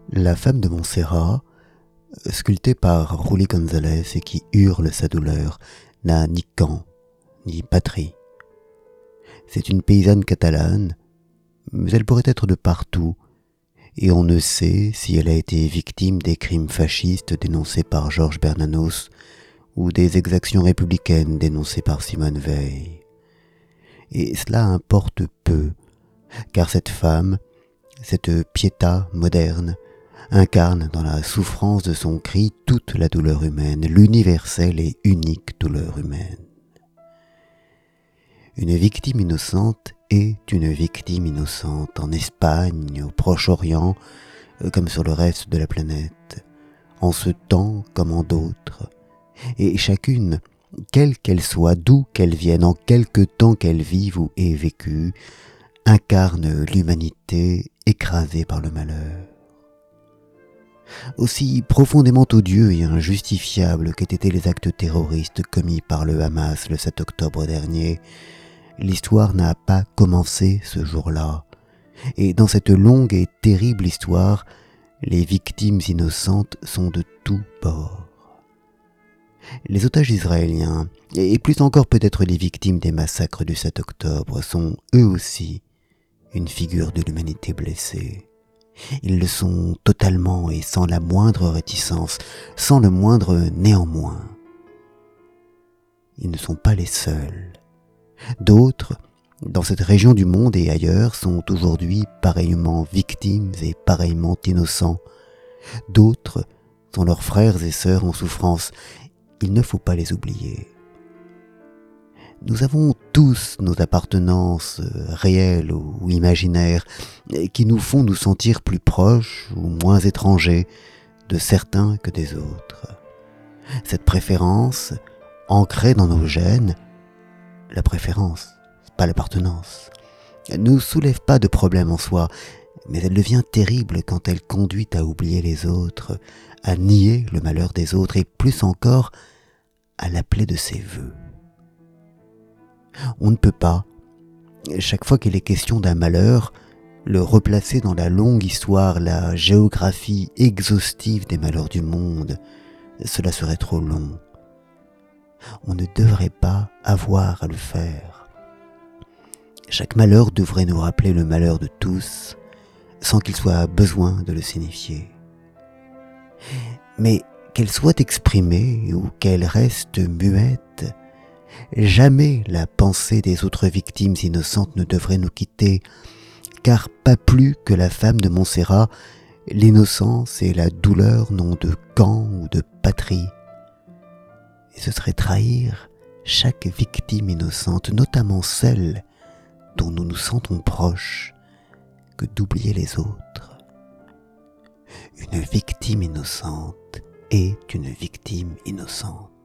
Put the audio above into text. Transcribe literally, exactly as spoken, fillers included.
La femme de Montserrat, sculptée par Rully González et qui hurle sa douleur, n'a ni camp, ni patrie. C'est une paysanne catalane, mais elle pourrait être de partout, et on ne sait si elle a été victime des crimes fascistes dénoncés par Georges Bernanos ou des exactions républicaines dénoncées par Simone Veil. Et cela importe peu, car cette femme, cette Pietà moderne, incarne dans la souffrance de son cri toute la douleur humaine, l'universelle et unique douleur humaine. Une victime innocente est une victime innocente en Espagne, au Proche-Orient, comme sur le reste de la planète, en ce temps comme en d'autres, et chacune, quelle qu'elle soit, d'où qu'elle vienne, en quelque temps qu'elle vive ou ait vécu, incarne l'humanité écrasée par le malheur. Aussi profondément odieux et injustifiables qu'aient été les actes terroristes commis par le Hamas le sept octobre dernier, l'histoire n'a pas commencé ce jour-là, et dans cette longue et terrible histoire, les victimes innocentes sont de tous bords. Les otages israéliens, et plus encore peut-être les victimes des massacres du sept octobre, sont eux aussi une figure de l'humanité blessée. Ils le sont totalement et sans la moindre réticence, sans le moindre néanmoins. Ils ne sont pas les seuls. D'autres, dans cette région du monde et ailleurs, sont aujourd'hui pareillement victimes et pareillement innocents. D'autres sont leurs frères et sœurs en souffrance. Il ne faut pas les oublier. Nous avons tous nos appartenances réelles ou imaginaires qui nous font nous sentir plus proches ou moins étrangers de certains que des autres. Cette préférence, ancrée dans nos gènes, la préférence, pas l'appartenance, ne soulève pas de problème en soi, mais elle devient terrible quand elle conduit à oublier les autres, à nier le malheur des autres et plus encore à l'appeler de ses voeux. On ne peut pas, chaque fois qu'il est question d'un malheur, le replacer dans la longue histoire, la géographie exhaustive des malheurs du monde. Cela serait trop long. On ne devrait pas avoir à le faire. Chaque malheur devrait nous rappeler le malheur de tous, sans qu'il soit besoin de le signifier. Mais qu'elle soit exprimée ou qu'elle reste muette, jamais la pensée des autres victimes innocentes ne devrait nous quitter, car pas plus que la femme de Montserrat, l'innocence et la douleur n'ont de camp ou de patrie. Et ce serait trahir chaque victime innocente, notamment celle dont nous nous sentons proches, que d'oublier les autres. Une victime innocente est une victime innocente.